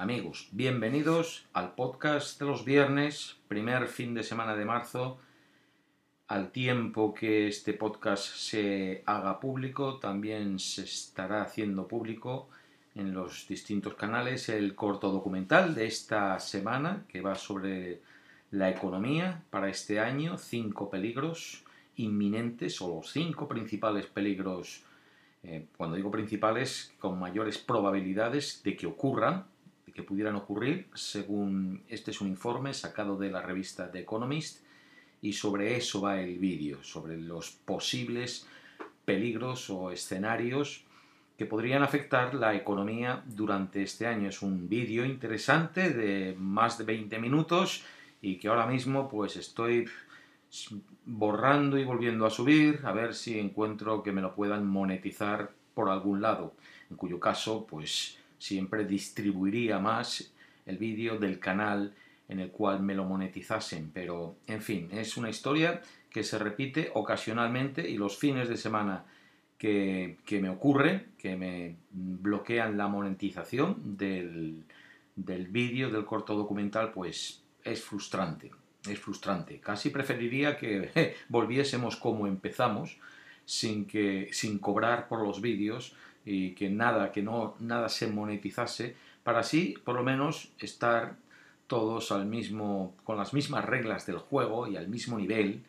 Amigos, bienvenidos al podcast de los viernes, primer fin de semana de marzo. Al tiempo que este podcast se haga público, también se estará haciendo público en los distintos canales el corto documental de esta semana, que va sobre la economía para este año, 5 peligros inminentes o los 5 principales peligros, cuando digo principales, con mayores probabilidades de que ocurran, de que pudieran ocurrir, según este es un informe sacado de la revista The Economist, y sobre eso va el vídeo, sobre los posibles peligros o escenarios que podrían afectar la economía durante este año. Es un vídeo interesante de más de 20 minutos y que ahora mismo pues estoy borrando y volviendo a subir a ver si encuentro que me lo puedan monetizar por algún lado, en cuyo caso pues siempre distribuiría más el vídeo del canal en el cual me lo monetizasen, pero en fin, es una historia que se repite ocasionalmente y los fines de semana que me ocurre, que me bloquean la monetización del vídeo, del corto documental, pues es frustrante. Es frustrante. Casi preferiría que volviésemos como empezamos, sin cobrar por los vídeos y que nada se monetizase, para así por lo menos estar todos con las mismas reglas del juego y al mismo nivel,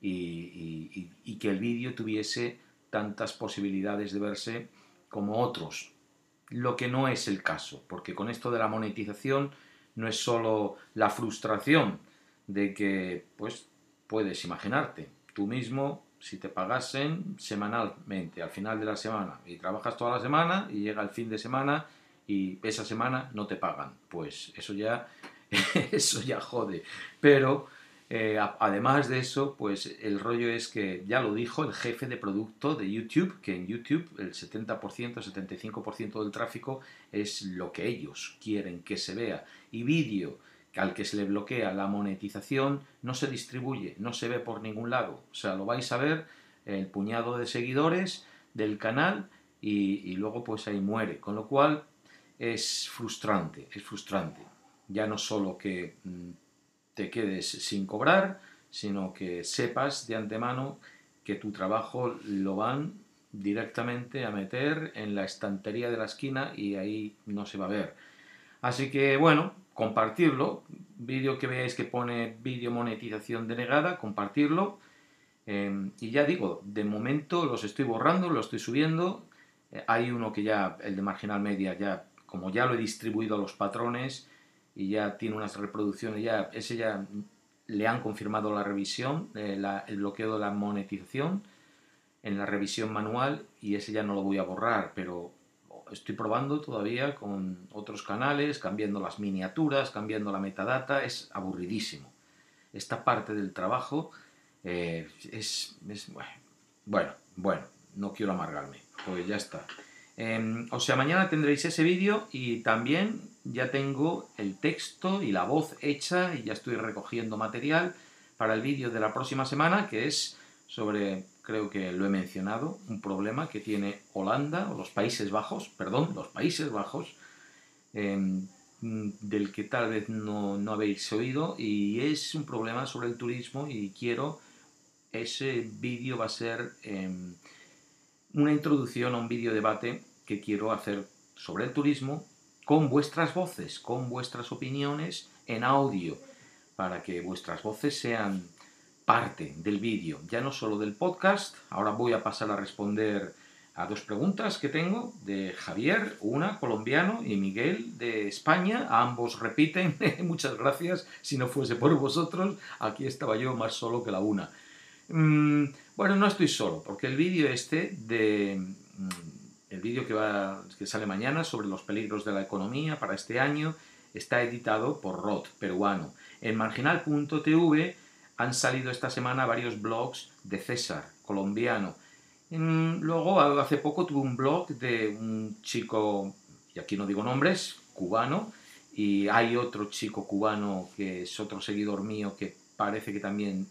y que el vídeo tuviese tantas posibilidades de verse como otros. Lo que no es el caso, porque con esto de la monetización no es solo la frustración de que, pues, puedes imaginarte, tú mismo, si te pagasen semanalmente, al final de la semana, y trabajas toda la semana, y llega el fin de semana, y esa semana no te pagan, pues eso ya, eso ya jode. Pero, además de eso, pues el rollo es que, ya lo dijo el jefe de producto de YouTube, que en YouTube el 70%, 75% del tráfico es lo que ellos quieren que se vea, y vídeo al que se le bloquea la monetización no se distribuye, no se ve por ningún lado. O sea, lo vais a ver el puñado de seguidores del canal y luego pues ahí muere. Con lo cual es frustrante, es frustrante. Ya no solo que te quedes sin cobrar, sino que sepas de antemano que tu trabajo lo van directamente a meter en la estantería de la esquina y ahí no se va a ver. Así que bueno, compartirlo, vídeo que veáis que pone vídeo monetización denegada, compartirlo. Y ya digo, de momento los estoy borrando, los estoy subiendo. Hay uno que ya, el de Marginal Media, ya como ya lo he distribuido a los patrones y ya tiene unas reproducciones, ese ya le han confirmado la revisión, el bloqueo de la monetización en la revisión manual, y ese ya no lo voy a borrar, pero estoy probando todavía con otros canales, cambiando las miniaturas, cambiando la metadata. Es aburridísimo. Esta parte del trabajo bueno, no quiero amargarme, pues ya está. O sea, mañana tendréis ese vídeo y también ya tengo el texto y la voz hecha y ya estoy recogiendo material para el vídeo de la próxima semana, que es sobre, creo que lo he mencionado, un problema que tiene Holanda, o los Países Bajos, del que tal vez no habéis oído, y es un problema sobre el turismo, y ese vídeo va a ser una introducción a un vídeo debate que quiero hacer sobre el turismo con vuestras voces, con vuestras opiniones en audio, para que vuestras voces sean parte del vídeo, ya no solo del podcast. Ahora voy a pasar a responder a 2 preguntas que tengo de Javier, una colombiano, y Miguel de España. Ambos repiten. Muchas gracias. Si no fuese por vosotros, aquí estaba yo más solo que la una. Bueno, no estoy solo, porque el vídeo el vídeo que sale mañana sobre los peligros de la economía para este año está editado por Rod, peruano. En marginal.tv han salido esta semana varios blogs de César, colombiano. Luego, hace poco tuve un blog de un chico, y aquí no digo nombres, cubano, y hay otro chico cubano que es otro seguidor mío que parece que también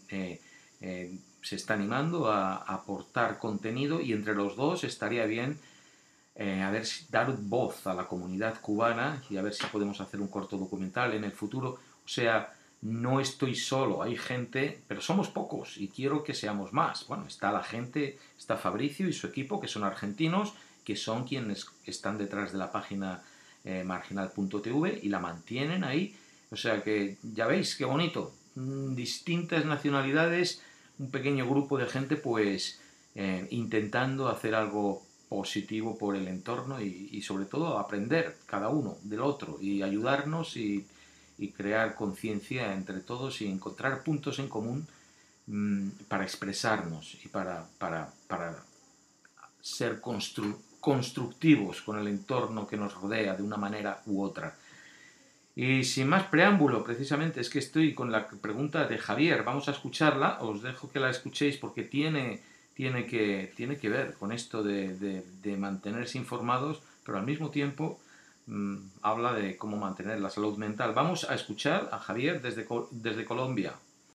se está animando a aportar contenido, y entre los dos estaría bien a ver si dar voz a la comunidad cubana y a ver si podemos hacer un corto documental en el futuro. O sea, no estoy solo, hay gente, pero somos pocos y quiero que seamos más. Bueno, está la gente, está Fabricio y su equipo, que son argentinos, que son quienes están detrás de la página marginal.tv y la mantienen ahí. O sea que ya veis qué bonito. Distintas nacionalidades, un pequeño grupo de gente pues intentando hacer algo positivo por el entorno y sobre todo aprender cada uno del otro y ayudarnos y crear conciencia entre todos y encontrar puntos en común para expresarnos y para ser constructivos con el entorno que nos rodea de una manera u otra. Y sin más preámbulo, precisamente es que estoy con la pregunta de Javier. Vamos a escucharla, os dejo que la escuchéis porque tiene que ver con esto de mantenerse informados, pero al mismo tiempo habla de cómo mantener la salud mental. Vamos a escuchar a Javier desde Colombia.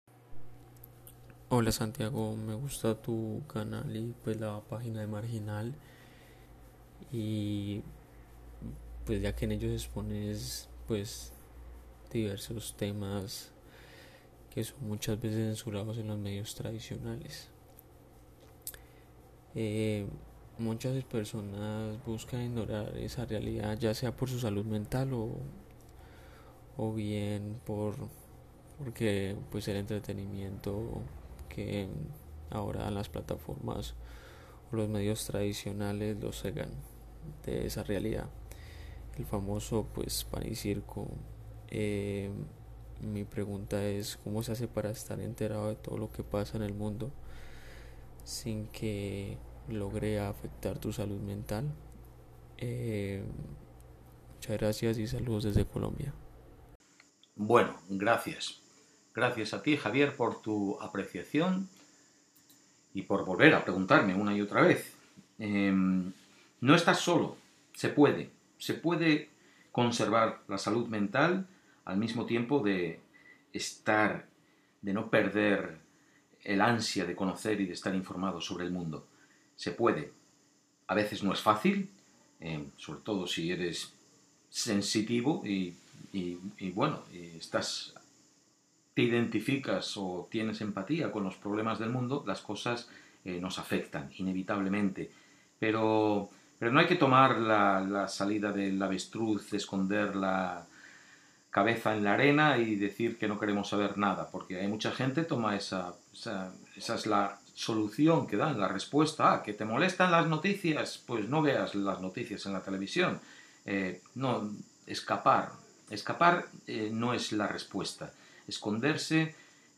Hola Santiago, me gusta tu canal y pues la página de Marginal y pues ya que en ellos expones pues diversos temas que son muchas veces censurados en los medios tradicionales. Eh, Muchas personas buscan ignorar esa realidad ya sea por su salud mental o bien porque pues el entretenimiento que ahora dan las plataformas o los medios tradicionales los cegan de esa realidad. El famoso pues pan y circo. Mi pregunta es cómo se hace para estar enterado de todo lo que pasa en el mundo sin que logre afectar tu salud mental. Muchas gracias y saludos desde Colombia. Bueno, gracias. Gracias a ti, Javier, por tu apreciación y por volver a preguntarme una y otra vez. No estás solo, se puede conservar la salud mental al mismo tiempo de no perder el ansia de conocer y de estar informado sobre el mundo. Se puede. A veces no es fácil, sobre todo si eres sensitivo y bueno, te identificas o tienes empatía con los problemas del mundo, las cosas nos afectan inevitablemente. Pero no hay que tomar la salida del avestruz, esconder la cabeza en la arena y decir que no queremos saber nada, porque hay mucha gente que toma esa es la solución que dan, la respuesta. ¿Que te molestan las noticias? Pues no veas las noticias en la televisión. No, escapar no es la respuesta. Esconderse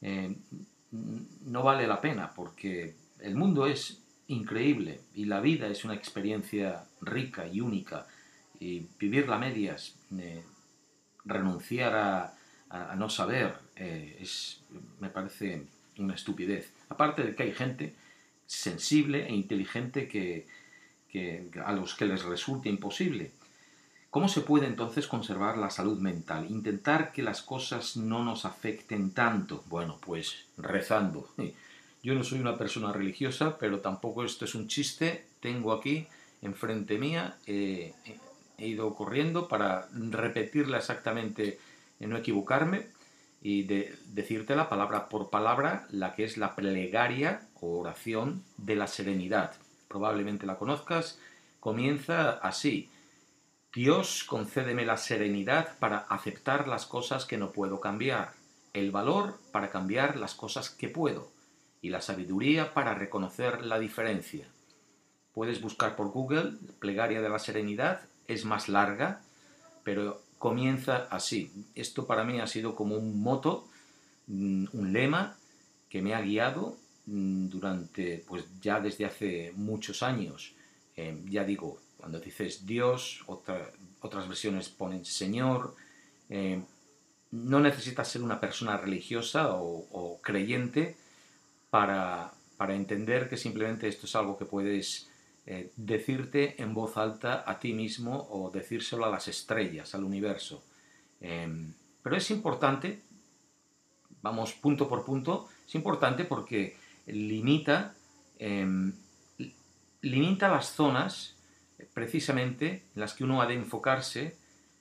no vale la pena porque el mundo es increíble y la vida es una experiencia rica y única y vivirla a medias, renunciar a no saber me parece una estupidez. Aparte de que hay gente sensible e inteligente a los que les resulta imposible. ¿Cómo se puede entonces conservar la salud mental? Intentar que las cosas no nos afecten tanto. Bueno, pues rezando. Yo no soy una persona religiosa, pero tampoco esto es un chiste. Tengo aquí, enfrente mía, he ido corriendo para repetirla exactamente, no equivocarme, y decírtela palabra por palabra, la que es la plegaria o oración de la serenidad. Probablemente la conozcas. Comienza así: Dios, concédeme la serenidad para aceptar las cosas que no puedo cambiar, el valor para cambiar las cosas que puedo y la sabiduría para reconocer la diferencia. Puedes buscar por Google Plegaria de la Serenidad, es más larga, pero comienza así. Esto para mí ha sido como un moto, un lema que me ha guiado durante, pues ya desde hace muchos años. Ya digo, cuando dices Dios, otras versiones ponen Señor. No necesitas ser una persona religiosa o creyente para entender que simplemente esto es algo que puedes decirte en voz alta a ti mismo o decírselo a las estrellas, al universo. Pero es importante, vamos punto por punto, es importante porque limita las zonas precisamente en las que uno ha de enfocarse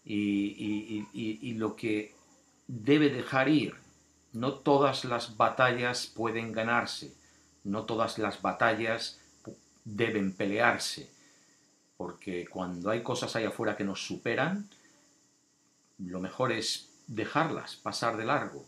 y lo que debe dejar ir. No todas las batallas pueden ganarse, no todas las batallas deben pelearse, porque cuando hay cosas ahí afuera que nos superan, lo mejor es dejarlas, pasar de largo.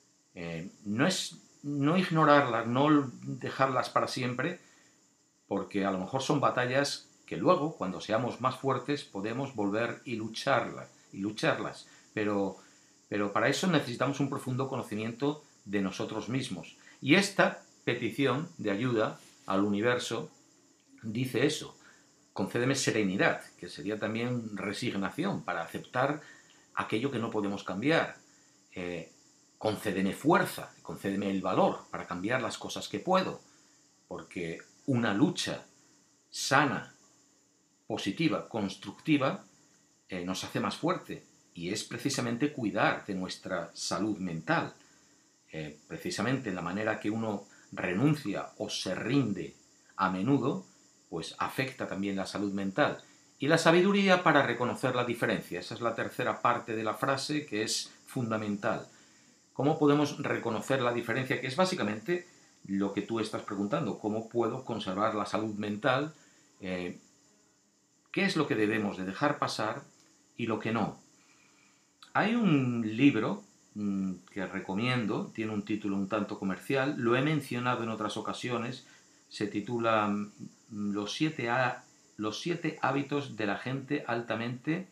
No ignorarlas, no dejarlas para siempre, porque a lo mejor son batallas que luego, cuando seamos más fuertes, podemos volver y lucharlas. Pero para eso necesitamos un profundo conocimiento de nosotros mismos. Y esta petición de ayuda al universo dice eso: concédeme serenidad, que sería también resignación para aceptar aquello que no podemos cambiar. Concédeme fuerza, concédeme el valor para cambiar las cosas que puedo, porque una lucha sana, positiva, constructiva, nos hace más fuerte, y es precisamente cuidar de nuestra salud mental. Precisamente en la manera que uno renuncia o se rinde a menudo, pues afecta también la salud mental. Y la sabiduría para reconocer la diferencia. Esa es la tercera parte de la frase, que es fundamental. ¿Cómo podemos reconocer la diferencia? Que es básicamente lo que tú estás preguntando. ¿Cómo puedo conservar la salud mental? ¿Qué es lo que debemos de dejar pasar y lo que no? Hay un libro que recomiendo, tiene un título un tanto comercial, lo he mencionado en otras ocasiones, se titula Los siete hábitos de la gente altamente,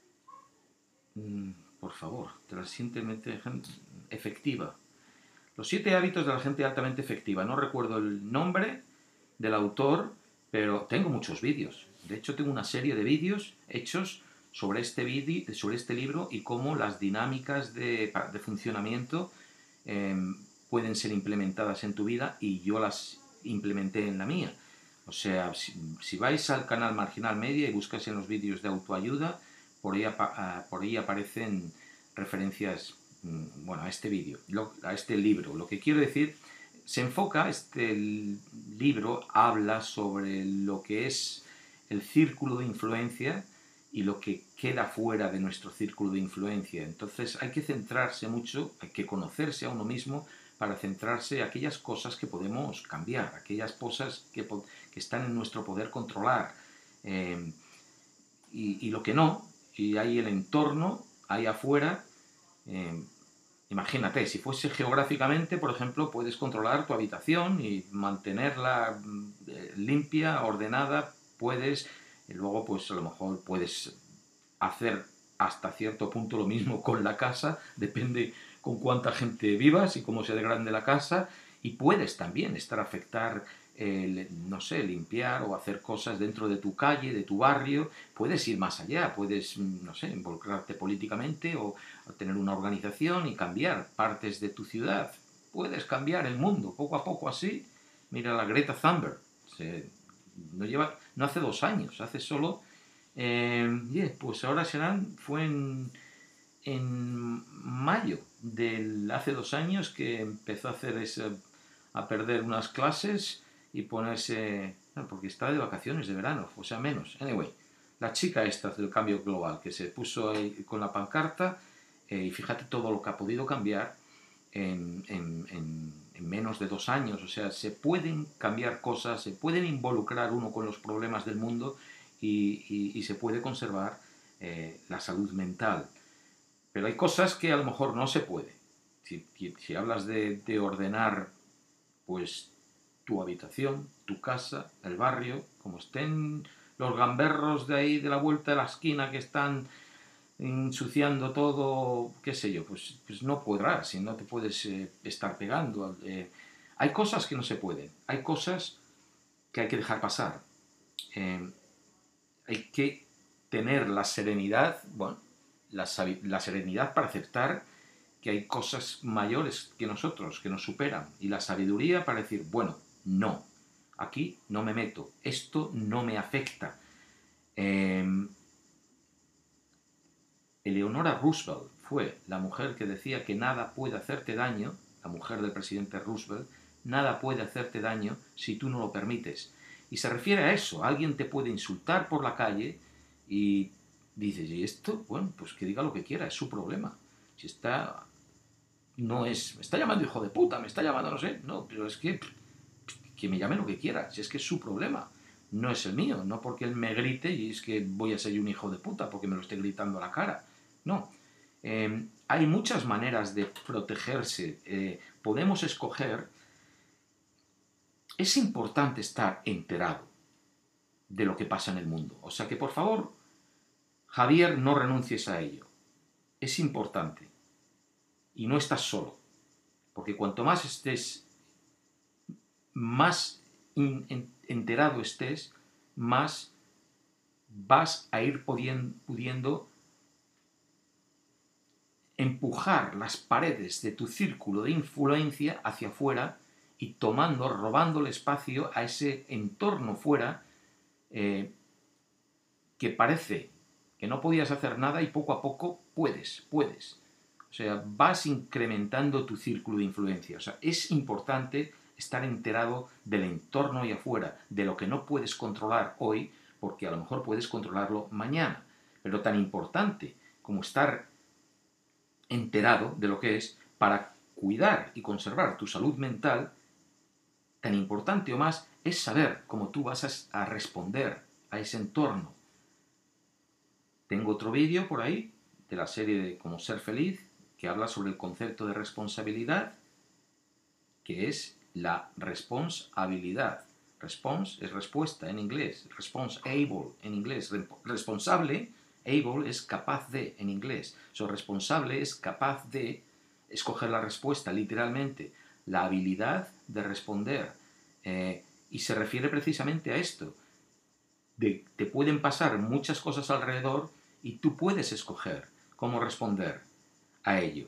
por favor, altamente efectiva. Los 7 hábitos de la gente altamente efectiva. No recuerdo el nombre del autor, pero tengo muchos vídeos. De hecho, tengo una serie de vídeos hechos sobre este libro y cómo las dinámicas de funcionamiento pueden ser implementadas en tu vida, y yo las implementé en la mía. O sea, si vais al canal Marginal Media y buscáis en los vídeos de autoayuda, por ahí aparecen referencias a este vídeo, a este libro. Lo que quiero decir, se enfoca, este libro habla sobre lo que es el círculo de influencia y lo que queda fuera de nuestro círculo de influencia. Entonces hay que centrarse mucho, hay que conocerse a uno mismo para centrarse en aquellas cosas que podemos cambiar, aquellas cosas que están en nuestro poder controlar, y lo que no, y hay el entorno, ahí afuera. Imagínate, si fuese geográficamente, por ejemplo, puedes controlar tu habitación y mantenerla limpia, ordenada, puedes, y luego pues a lo mejor puedes hacer hasta cierto punto lo mismo con la casa, depende con cuánta gente vivas y cómo sea de grande la casa, y puedes también afectar, no sé, limpiar o hacer cosas dentro de tu calle, de tu barrio. Puedes ir más allá, puedes, no sé, involucrarte políticamente o tener una organización y cambiar partes de tu ciudad. Puedes cambiar el mundo poco a poco así. Mira la Greta Thunberg, no hace 2 años, hace solo, pues ahora fue en mayo hace 2 años que empezó a perder unas clases y ponerse, porque estaba de vacaciones de verano, o sea, menos. Anyway, la chica esta del cambio global, que se puso ahí con la pancarta, y fíjate todo lo que ha podido cambiar en menos de 2 años. O sea, se pueden cambiar cosas, se pueden involucrar uno con los problemas del mundo y se puede conservar la salud mental. Pero hay cosas que a lo mejor no se puede. Si hablas de ordenar, pues tu habitación, tu casa, el barrio, como estén los gamberros de ahí de la vuelta de la esquina que están ensuciando todo, qué sé yo, pues no podrás, si no te puedes estar pegando. Hay cosas que no se pueden, hay cosas que hay que dejar pasar. Hay que tener la serenidad, la serenidad para aceptar que hay cosas mayores que nosotros, que nos superan, y la sabiduría para decir, bueno, no, aquí no me meto, esto no me afecta. Eleonora Roosevelt fue la mujer que decía que nada puede hacerte daño, la mujer del presidente Roosevelt, nada puede hacerte daño si tú no lo permites. Y se refiere a eso. Alguien te puede insultar por la calle y dices, ¿y esto? Bueno, pues que diga lo que quiera, es su problema. Si está... No es... Me está llamando hijo de puta, me está llamando no sé. No, pero es que me llame lo que quiera. Si es que es su problema. No es el mío. No porque él me grite y es que voy a ser yo un hijo de puta porque me lo esté gritando a la cara. No. Hay muchas maneras de protegerse. Podemos escoger. Es importante estar enterado de lo que pasa en el mundo. O sea que, por favor, Javier, no renuncies a ello. Es importante. Y no estás solo. Porque cuanto más estés, más enterado estés, más vas a ir pudiendo empujar las paredes de tu círculo de influencia hacia afuera y robándole espacio a ese entorno fuera que parece que no podías hacer nada y poco a poco puedes. O sea, vas incrementando tu círculo de influencia. O sea, es importante estar enterado del entorno y afuera, de lo que no puedes controlar hoy, porque a lo mejor puedes controlarlo mañana. Pero tan importante como estar enterado de lo que es para cuidar y conservar tu salud mental, tan importante o más es saber cómo tú vas a responder a ese entorno. Tengo otro vídeo por ahí de la serie de Cómo ser feliz que habla sobre el concepto de responsabilidad, que es la responsabilidad. Response es respuesta en inglés, responsible en inglés, responsable, able es capaz de en inglés. Responsable es capaz de escoger la respuesta, literalmente, la habilidad de responder. Y se refiere precisamente a esto. Te pueden pasar muchas cosas alrededor y tú puedes escoger cómo responder a ello.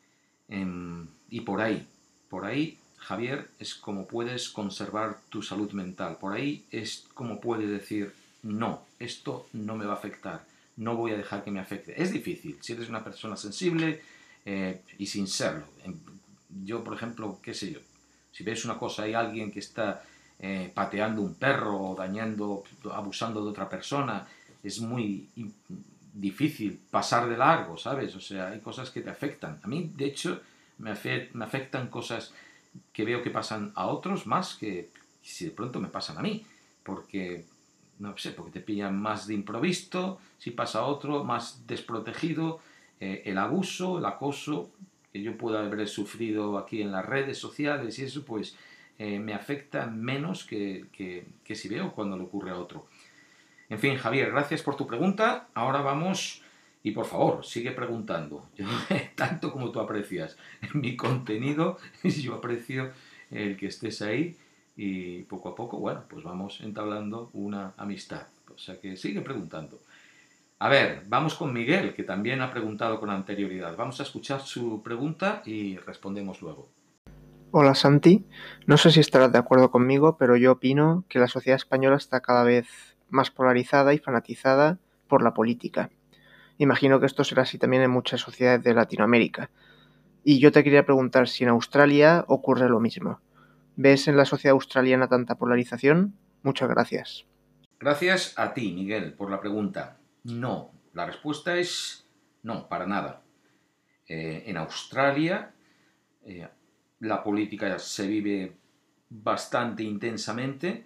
Y por ahí, Javier, es como puedes conservar tu salud mental. Por ahí es como puedes decir, no, esto no me va a afectar, no voy a dejar que me afecte. Es difícil, si eres una persona sensible y sin serlo. Yo, por ejemplo, qué sé yo, si ves una cosa, hay alguien que está pateando un perro o dañando, abusando de otra persona, es muy difícil pasar de largo, ¿sabes? O sea, hay cosas que te afectan. A mí, de hecho, me afectan cosas que veo que pasan a otros más que si de pronto me pasan a mí. Porque, no sé, porque te pillan más de improviso, si pasa a otro, más desprotegido. El abuso, el acoso que yo pueda haber sufrido aquí en las redes sociales y eso, pues me afecta menos que si veo cuando le ocurre a otro. En fin, Javier, gracias por tu pregunta. Ahora vamos, y por favor, sigue preguntando. Yo, tanto como tú aprecias mi contenido, yo aprecio el que estés ahí y poco a poco, bueno, pues vamos entablando una amistad. O sea que sigue preguntando. A ver, vamos con Miguel, que también ha preguntado con anterioridad. Vamos a escuchar su pregunta y respondemos luego. Hola Santi, no sé si estarás de acuerdo conmigo, pero yo opino que la sociedad española está cada vez más polarizada y fanatizada por la política. Imagino que esto será así también en muchas sociedades de Latinoamérica. Y yo te quería preguntar si en Australia ocurre lo mismo. ¿Ves en la sociedad australiana tanta polarización? Muchas gracias. Gracias a ti, Miguel, por la pregunta. No, la respuesta es no, para nada. En Australia la política se vive bastante intensamente.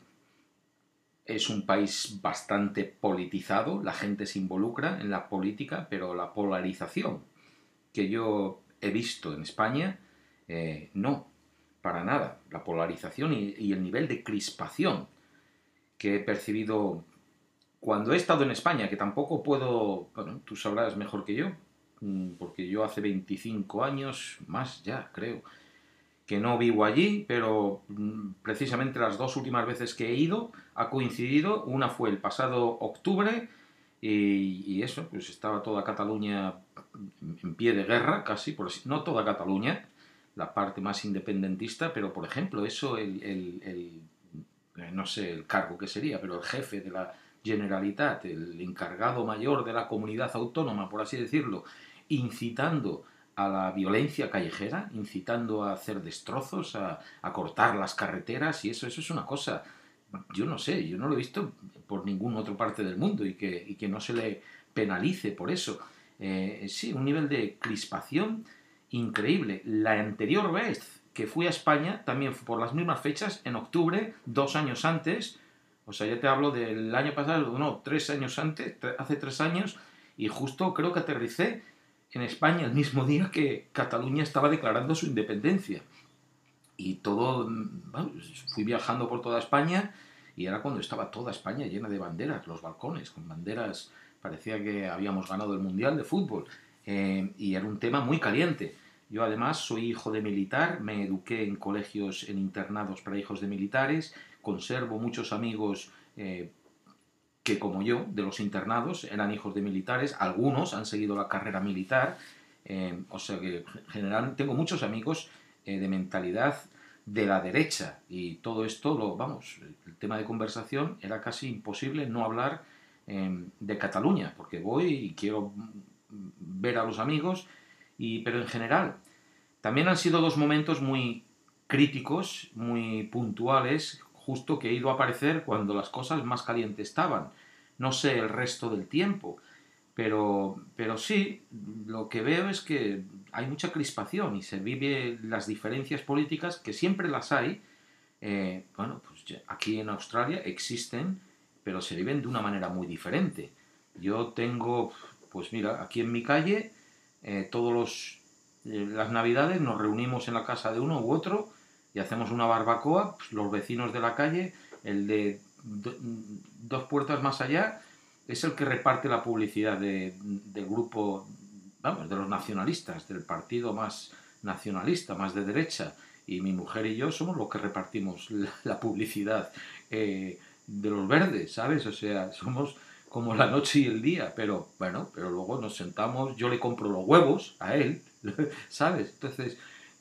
Es un país bastante politizado, la gente se involucra en la política, pero la polarización que yo he visto en España, no, para nada. La polarización y el nivel de crispación que he percibido cuando he estado en España, que tampoco puedo, bueno, tú sabrás mejor que yo, porque yo hace 25 años, más ya creo, que no vivo allí, pero precisamente las dos últimas veces que he ido ha coincidido. Una fue el pasado octubre y eso, pues estaba toda Cataluña en pie de guerra, casi, por así, no toda Cataluña, la parte más independentista, pero por ejemplo, eso, no sé el cargo que sería, pero el jefe de la Generalitat, el encargado mayor de la comunidad autónoma, por así decirlo, incitando a la violencia callejera, incitando a hacer destrozos, a cortar las carreteras, y eso es una cosa yo no sé, yo no lo he visto por ninguna otra parte del mundo y que no se le penalice por eso. Sí, un nivel de crispación increíble. La anterior vez que fui a España también fue por las mismas fechas, en octubre, 2 años antes. O sea, ya te hablo del año pasado, no, 3 años antes, hace 3 años, y justo creo que aterricé en España el mismo día que Cataluña estaba declarando su independencia. Y todo, bueno, fui viajando por toda España y era cuando estaba toda España llena de banderas, los balcones, con banderas, parecía que habíamos ganado el Mundial de Fútbol. Y era un tema muy caliente. Yo además soy hijo de militar, me eduqué en colegios, en internados para hijos de militares, conservo muchos amigos que como yo, de los internados, eran hijos de militares, algunos han seguido la carrera militar, o sea que generalmente tengo muchos amigos de mentalidad de la derecha y todo esto, vamos, el tema de conversación era casi imposible no hablar de Cataluña, porque voy y quiero ver a los amigos, pero en general también han sido 2 momentos muy críticos, muy puntuales, justo que he ido a aparecer cuando las cosas más calientes estaban. No sé el resto del tiempo, pero sí, lo que veo es que hay mucha crispación y se vive las diferencias políticas, que siempre las hay. Bueno, pues aquí en Australia existen, pero se viven de una manera muy diferente. Yo tengo, pues mira, aquí en mi calle, las navidades nos reunimos en la casa de uno u otro y hacemos una barbacoa, pues los vecinos de la calle, el de 2 puertas más allá, es el que reparte la publicidad del grupo, vamos, de los nacionalistas, del partido más nacionalista, más de derecha, y mi mujer y yo somos los que repartimos la publicidad de los verdes, ¿sabes? O sea, somos como la noche y el día, pero bueno, pero luego nos sentamos, yo le compro los huevos a él, ¿sabes? Entonces,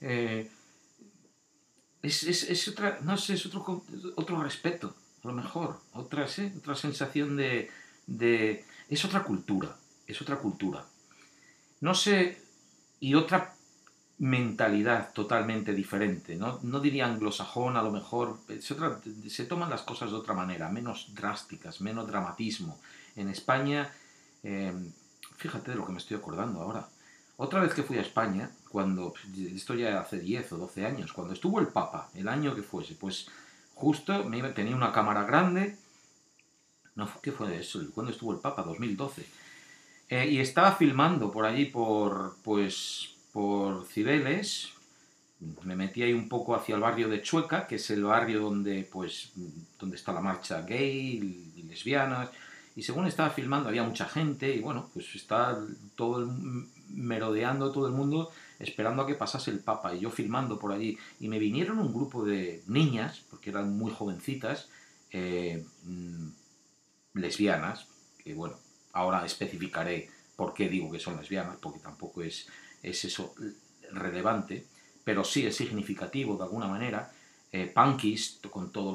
es otra, no sé, es otro respeto, a lo mejor, otra sensación es otra cultura, es otra cultura. No sé, y otra mentalidad totalmente diferente, no diría anglosajón, a lo mejor, se toman las cosas de otra manera, menos drásticas, menos dramatismo. En España, eh, fíjate de lo que me estoy acordando ahora. Otra vez que fui a España, esto ya hace 10 o 12 años, cuando estuvo el Papa, el año que fuese, pues justo tenía una cámara grande, no, ¿qué fue eso? ¿Cuándo estuvo el Papa? 2012. Y estaba filmando por allí, por Cibeles. Me metí ahí un poco hacia el barrio de Chueca, que es el barrio donde está la marcha gay y lesbianas. Y según estaba filmando había mucha gente y bueno, pues está merodeando todo el mundo esperando a que pasase el Papa y yo filmando por allí. Y me vinieron un grupo de niñas, porque eran muy jovencitas, lesbianas, que bueno, ahora especificaré por qué digo que son lesbianas, porque tampoco es eso relevante, pero sí es significativo de alguna manera. Punkies, con todos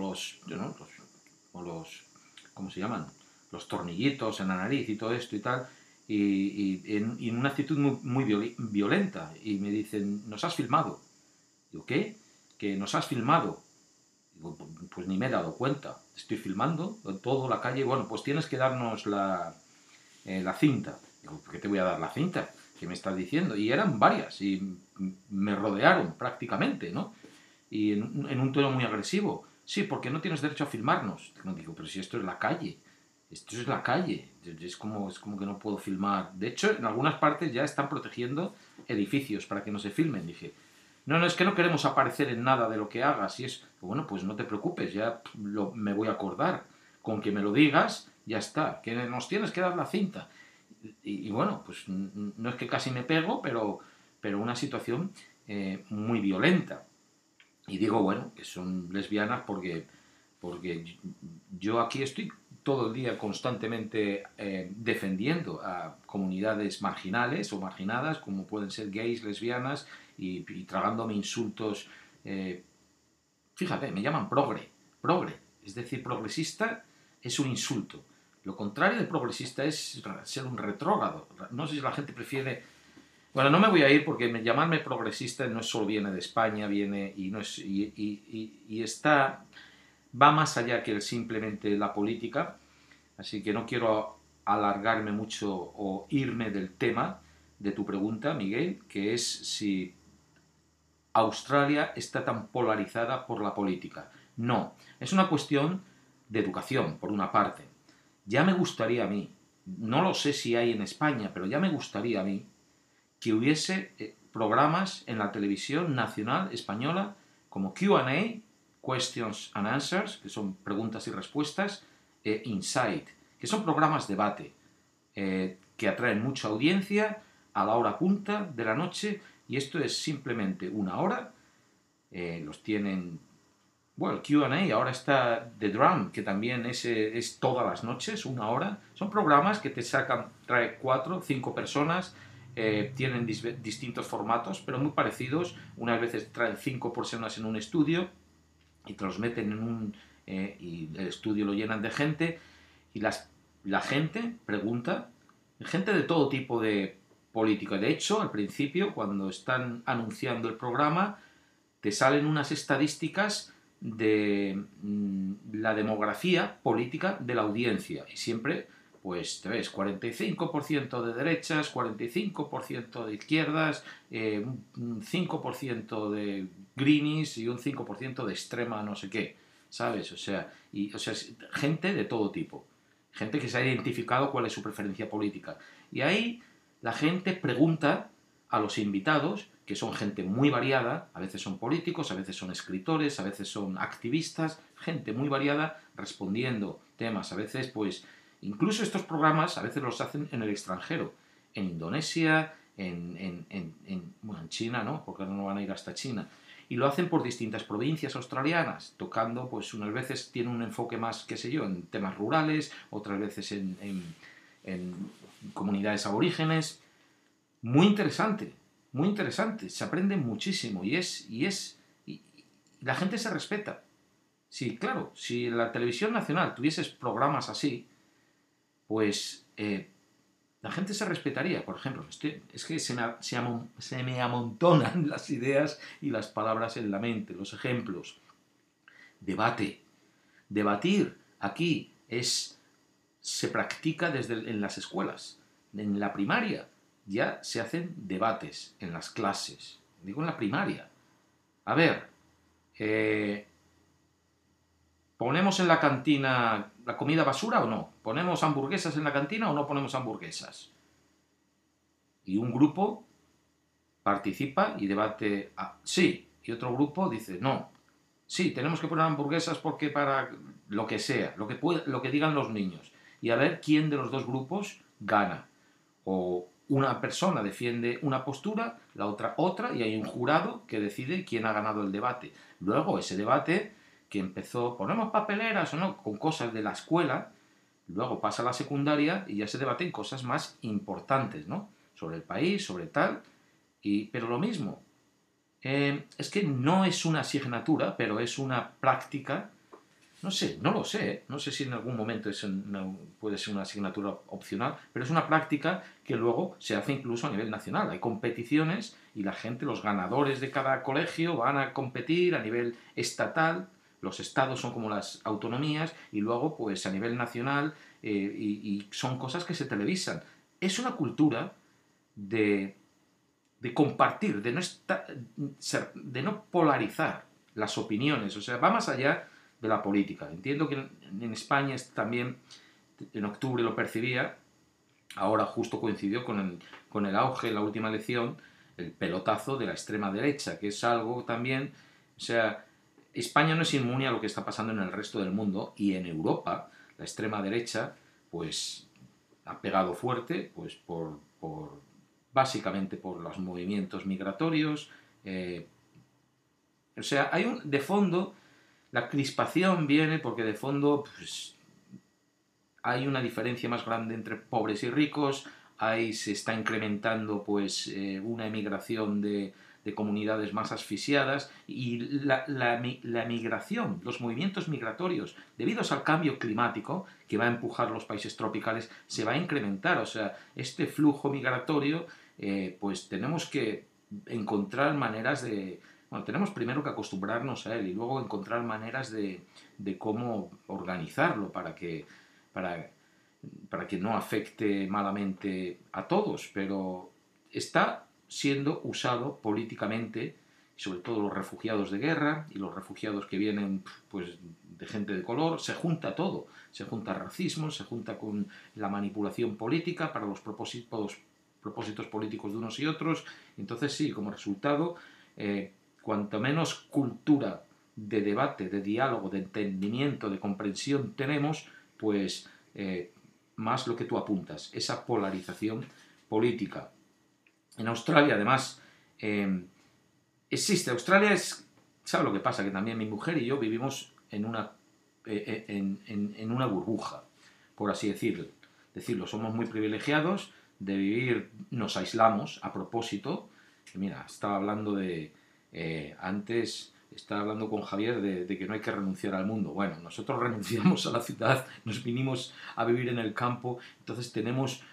los, ¿cómo se llaman? Los tornillitos en la nariz y todo esto y tal, y en una actitud muy violenta. Y me dicen, ¿nos has filmado? Digo, ¿qué? Que nos has filmado. Digo, pues ni me he dado cuenta. Estoy filmando toda la calle. Bueno, pues tienes que darnos la cinta. Digo, ¿por qué te voy a dar la cinta? ¿Qué me estás diciendo? Y eran varias y me rodearon prácticamente, ¿no? Y en un tono muy agresivo. Sí, porque no tienes derecho a filmarnos. Digo, pero si esto es la calle. Esto es la calle. Es como que no puedo filmar. De hecho, en algunas partes ya están protegiendo edificios para que no se filmen. Dije, no, es que no queremos aparecer en nada de lo que hagas. Y es, bueno, pues no te preocupes, ya me voy a acordar. Con que me lo digas, ya está. Que nos tienes que dar la cinta. Y bueno, pues no es que casi me pego, pero una situación muy violenta. Y digo, bueno, que son lesbianas porque yo aquí estoy todo el día constantemente defendiendo a comunidades marginales o marginadas, como pueden ser gays, lesbianas, y tragándome insultos. Fíjate, me llaman progre, es decir, progresista es un insulto. Lo contrario de progresista es ser un retrógrado. No sé si la gente prefiere... Bueno, no me voy a ir porque llamarme progresista no solo viene de España, viene y no es y está va más allá que simplemente la política, así que no quiero alargarme mucho o irme del tema de tu pregunta, Miguel, que es si Australia está tan polarizada por la política. No, es una cuestión de educación, por una parte. Ya me gustaría a mí, no lo sé si hay en España, pero ya me gustaría a mí que hubiese programas en la televisión nacional española como Q&A, Questions and Answers, que son preguntas y respuestas, Insight, que son programas de debate que atraen mucha audiencia a la hora punta de la noche, y esto es simplemente una hora. Los tienen, bueno, el Q&A, ahora está The Drum, que también es todas las noches, una hora. Son programas que te sacan, trae 4, 5 personas, tienen distintos formatos, pero muy parecidos. Unas veces traen 5 personas en un estudio y te los meten en y el estudio lo llenan de gente, y la gente pregunta, gente de todo tipo de política. De hecho, al principio, cuando están anunciando el programa, te salen unas estadísticas de la demografía política de la audiencia, y siempre pues te ves 45% de derechas, 45% de izquierdas, un 5% de greenies y un 5% de extrema no sé qué, ¿sabes? O sea, gente de todo tipo, gente que se ha identificado cuál es su preferencia política. Y ahí la gente pregunta a los invitados, que son gente muy variada, a veces son políticos, a veces son escritores, a veces son activistas, gente muy variada respondiendo temas. A veces, pues, incluso estos programas a veces los hacen en el extranjero, en Indonesia, bueno, en China, ¿no? Porque ahora no van a ir hasta China. Y lo hacen por distintas provincias australianas, tocando, pues unas veces tiene un enfoque más, qué sé yo, en temas rurales, otras veces en comunidades aborígenes. Muy interesante, se aprende muchísimo y la gente se respeta. Sí, claro, si en la televisión nacional tuvieses programas así, pues la gente se respetaría. Por ejemplo, es que se me amontonan las ideas y las palabras en la mente, los ejemplos. Debate. Debatir aquí se practica en las escuelas. En la primaria ya se hacen debates en las clases. Digo en la primaria. A ver, ¿ponemos en la cantina la comida basura o no? ¿Ponemos hamburguesas en la cantina o no ponemos hamburguesas? Y un grupo participa y debate, sí, y otro grupo dice, no, sí, tenemos que poner hamburguesas porque para lo que sea, lo que digan los niños. Y a ver quién de los dos grupos gana. O una persona defiende una postura, la otra, y hay un jurado que decide quién ha ganado el debate. Luego ese debate que empezó, ponemos papeleras o no, con cosas de la escuela, luego pasa a la secundaria y ya se debaten cosas más importantes, ¿no? Sobre el país, sobre tal, pero lo mismo. Es que no es una asignatura, pero es una práctica. No sé, no lo sé, ¿eh? No sé si en algún momento puede ser una asignatura opcional, pero es una práctica que luego se hace incluso a nivel nacional. Hay competiciones y la gente, los ganadores de cada colegio van a competir a nivel estatal. Los estados son como las autonomías, y luego pues a nivel nacional, y son cosas que se televisan. Es una cultura de compartir, de no polarizar las opiniones. O sea, va más allá de la política. Entiendo que en España también, en octubre lo percibía, ahora justo coincidió con el auge en la última elección, el pelotazo de la extrema derecha, que es algo también, o sea, España no es inmune a lo que está pasando en el resto del mundo, y en Europa la extrema derecha pues ha pegado fuerte, pues básicamente por los movimientos migratorios. O sea, de fondo, la crispación viene porque de fondo pues, hay una diferencia más grande entre pobres y ricos. Ahí se está incrementando pues una emigración de comunidades más asfixiadas, y la migración, los movimientos migratorios debidos al cambio climático que va a empujar los países tropicales, se va a incrementar. O sea, este flujo migratorio, pues tenemos que encontrar maneras Bueno, tenemos primero que acostumbrarnos a él y luego encontrar maneras de cómo organizarlo para que no afecte malamente a todos, pero está siendo usado políticamente, sobre todo los refugiados de guerra y los refugiados que vienen pues, de gente de color, se junta todo, se junta racismo, se junta con la manipulación política para los propósitos políticos de unos y otros. Entonces sí, como resultado, cuanto menos cultura de debate, de diálogo, de entendimiento, de comprensión tenemos, pues más lo que tú apuntas, esa polarización política. En Australia, además, existe. Australia es... ¿Sabe lo que pasa? Que también mi mujer y yo vivimos en una burbuja, por así decirlo. Somos muy privilegiados de vivir, nos aislamos a propósito. Mira, estaba hablando antes estaba hablando con Javier de que no hay que renunciar al mundo. Bueno, nosotros renunciamos a la ciudad, nos vinimos a vivir en el campo, entonces tenemos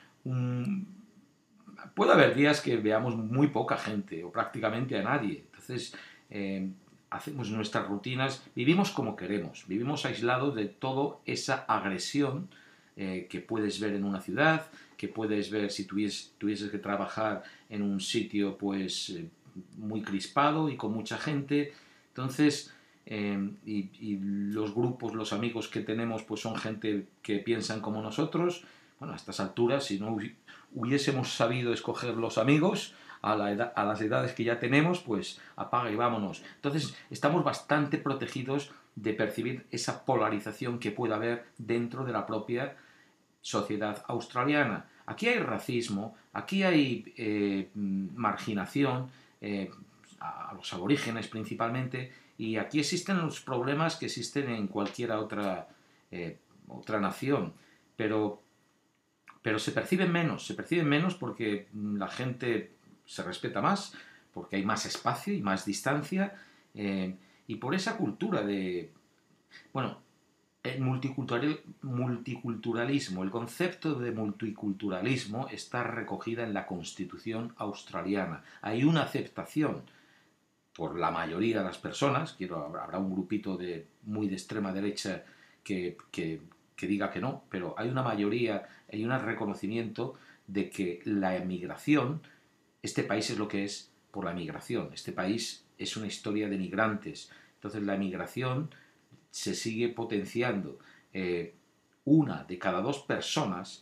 Puede haber días que veamos muy poca gente o prácticamente a nadie. Entonces, hacemos nuestras rutinas, vivimos como queremos, vivimos aislados de toda esa agresión que puedes ver en una ciudad, que puedes ver si tuvieses que trabajar en un sitio pues muy crispado y con mucha gente. Entonces, y los grupos, los amigos que tenemos, pues son gente que piensan como nosotros. Bueno, a estas alturas, si no hubiésemos sabido escoger los amigos a las edades que ya tenemos, pues apaga y vámonos. Entonces, estamos bastante protegidos de percibir esa polarización que pueda haber dentro de la propia sociedad australiana. Aquí hay racismo, aquí hay marginación, a los aborígenes principalmente, y aquí existen los problemas que existen en cualquier otra nación, pero se perciben menos porque la gente se respeta más, porque hay más espacio y más distancia, y por esa cultura de... Bueno, el multiculturalismo, el concepto de multiculturalismo está recogida en la Constitución australiana. Hay una aceptación por la mayoría de las personas, habrá un grupito muy de extrema derecha que diga que no, pero hay una mayoría, hay un reconocimiento de que la emigración, este país es lo que es por la emigración, este país es una historia de migrantes, entonces la emigración se sigue potenciando. Una de cada dos personas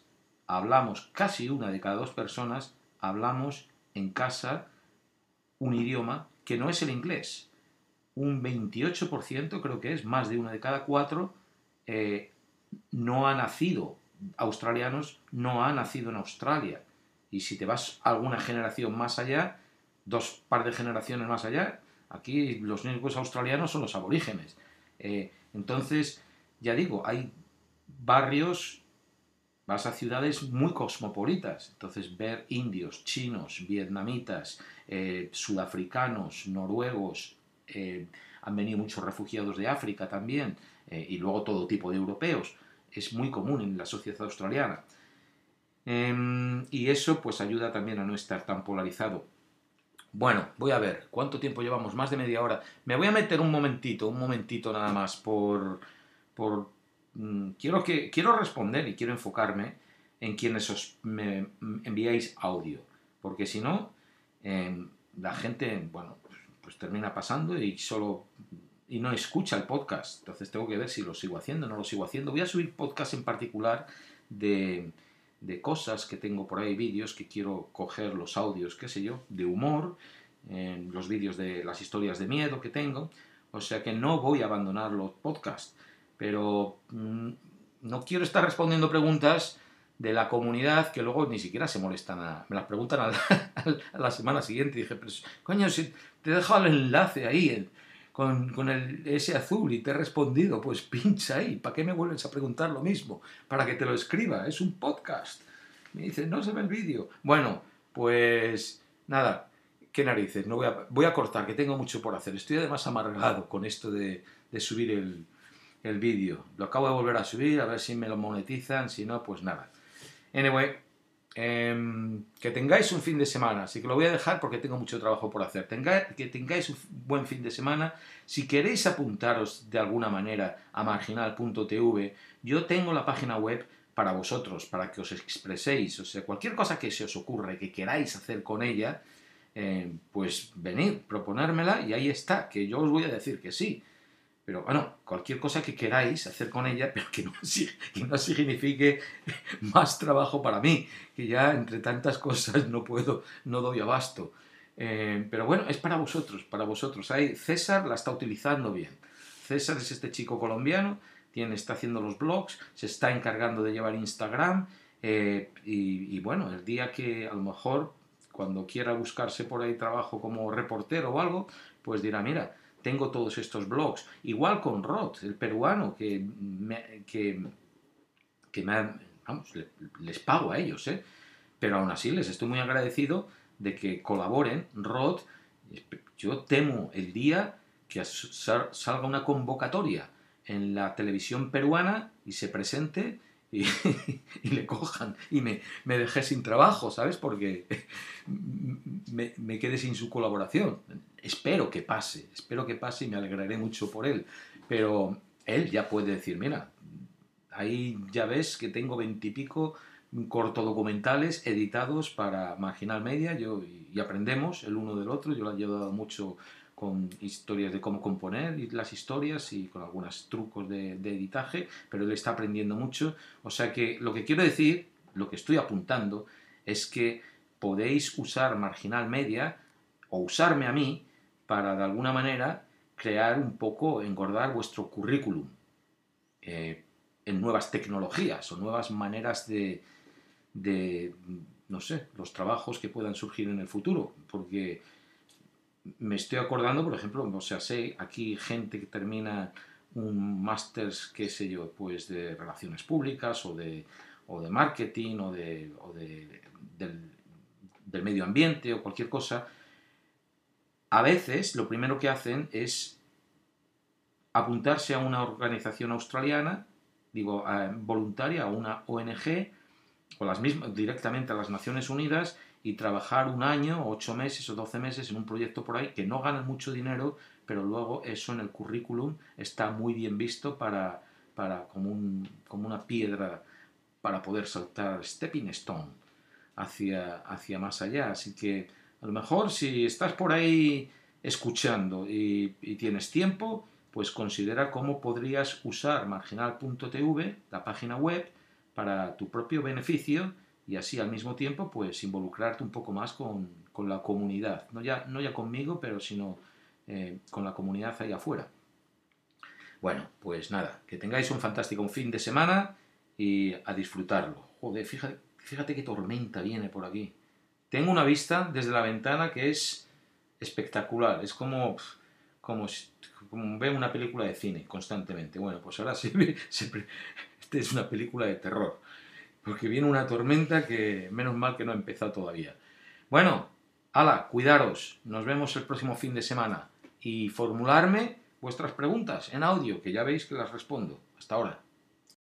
hablamos en casa un idioma que no es el inglés. Un 28%, creo que es, más de una de cada cuatro, no ha nacido, australianos, no ha nacido en Australia. Y si te vas a alguna generación más allá, par de generaciones más allá, aquí los únicos australianos son los aborígenes. Entonces, ya digo, hay barrios, vas a ciudades muy cosmopolitas, entonces ver indios, chinos, vietnamitas, sudafricanos, noruegos, han venido muchos refugiados de África también, y luego todo tipo de europeos, es muy común en la sociedad australiana. Y eso pues ayuda también a no estar tan polarizado. Bueno, voy a ver, ¿cuánto tiempo llevamos? Más de media hora. Me voy a meter un momentito nada más quiero responder y quiero enfocarme en quienes me enviáis audio, porque si no, la gente, bueno, pues termina pasando y no escucha el podcast. Entonces tengo que ver si lo sigo haciendo o no lo sigo haciendo. Voy a subir podcast en particular de cosas que tengo por ahí, vídeos que quiero coger los audios, qué sé yo, de humor, los vídeos de las historias de miedo que tengo, o sea que no voy a abandonar los podcasts, pero no quiero estar respondiendo preguntas de la comunidad que luego ni siquiera se molestan, me las preguntan a la semana siguiente, y dije, pero coño, si te he dejado el enlace ahí, con ese azul y te he respondido, pues pincha ahí, ¿para qué me vuelves a preguntar lo mismo? Para que te lo escriba, es un podcast. Me dice, no se ve el vídeo. Bueno, pues nada, qué narices, no voy a cortar, que tengo mucho por hacer. Estoy además amargado con esto de subir el vídeo. Lo acabo de volver a subir, a ver si me lo monetizan, si no, pues nada. Anyway, Que tengáis un fin de semana, así que lo voy a dejar porque tengo mucho trabajo por hacer. Que tengáis un buen fin de semana. Si queréis apuntaros de alguna manera a marginal.tv, yo tengo la página web para vosotros, para que os expreséis. O sea, cualquier cosa que se os ocurra y que queráis hacer con ella, pues venid, proponérmela y ahí está, que yo os voy a decir que sí. Pero bueno, cualquier cosa que queráis hacer con ella, pero que no signifique más trabajo para mí, que ya entre tantas cosas no doy abasto. Pero bueno, es para vosotros. Ahí César la está utilizando bien. César es este chico colombiano, está haciendo los blogs, se está encargando de llevar Instagram, y bueno, el día que a lo mejor, cuando quiera buscarse por ahí trabajo como reportero o algo, pues dirá, mira, tengo todos estos blogs. Igual con Rod, el peruano, vamos, les pago a ellos, pero aún así les estoy muy agradecido de que colaboren. Rod, yo temo el día que salga una convocatoria en la televisión peruana y se presente y le cojan y me dejé sin trabajo, ¿sabes? Porque me quedé sin su colaboración. Espero que pase y me alegraré mucho por él. Pero él ya puede decir, mira, ahí ya ves que tengo 20 y pico cortodocumentales editados para Marginal Media, y aprendemos el uno del otro. Yo le he ayudado mucho con historias de cómo componer las historias y con algunos trucos de editaje, pero él está aprendiendo mucho. O sea que lo que quiero decir, lo que estoy apuntando, es que podéis usar Marginal Media o usarme a mí para de alguna manera crear un poco, engordar vuestro currículum en nuevas tecnologías o nuevas maneras de no sé, los trabajos que puedan surgir en el futuro, porque me estoy acordando, por ejemplo, o sea, sé aquí gente que termina un máster, qué sé yo, pues de relaciones públicas o de marketing o del medio ambiente o cualquier cosa. A veces lo primero que hacen es apuntarse a una organización australiana, voluntaria, a una ONG, o las mismas, directamente a las Naciones Unidas, y trabajar un año, 8 meses o 12 meses en un proyecto por ahí, que no ganan mucho dinero, pero luego eso en el currículum está muy bien visto para como una piedra para poder saltar, stepping stone, hacia más allá. Así que a lo mejor si estás por ahí escuchando y tienes tiempo, pues considera cómo podrías usar marginal.tv, la página web, para tu propio beneficio, y así al mismo tiempo pues involucrarte un poco más con la comunidad, no ya conmigo, pero sino con la comunidad ahí afuera. Bueno, pues nada, que tengáis un fantástico fin de semana y a disfrutarlo. Joder, fíjate qué tormenta viene por aquí. Tengo una vista desde la ventana que es espectacular, es como ver una película de cine constantemente. Bueno, pues ahora esta es una película de terror, porque viene una tormenta que menos mal que no ha empezado todavía. Bueno, hala, cuidaros, nos vemos el próximo fin de semana y formularme vuestras preguntas en audio, que ya veis que las respondo. Hasta ahora.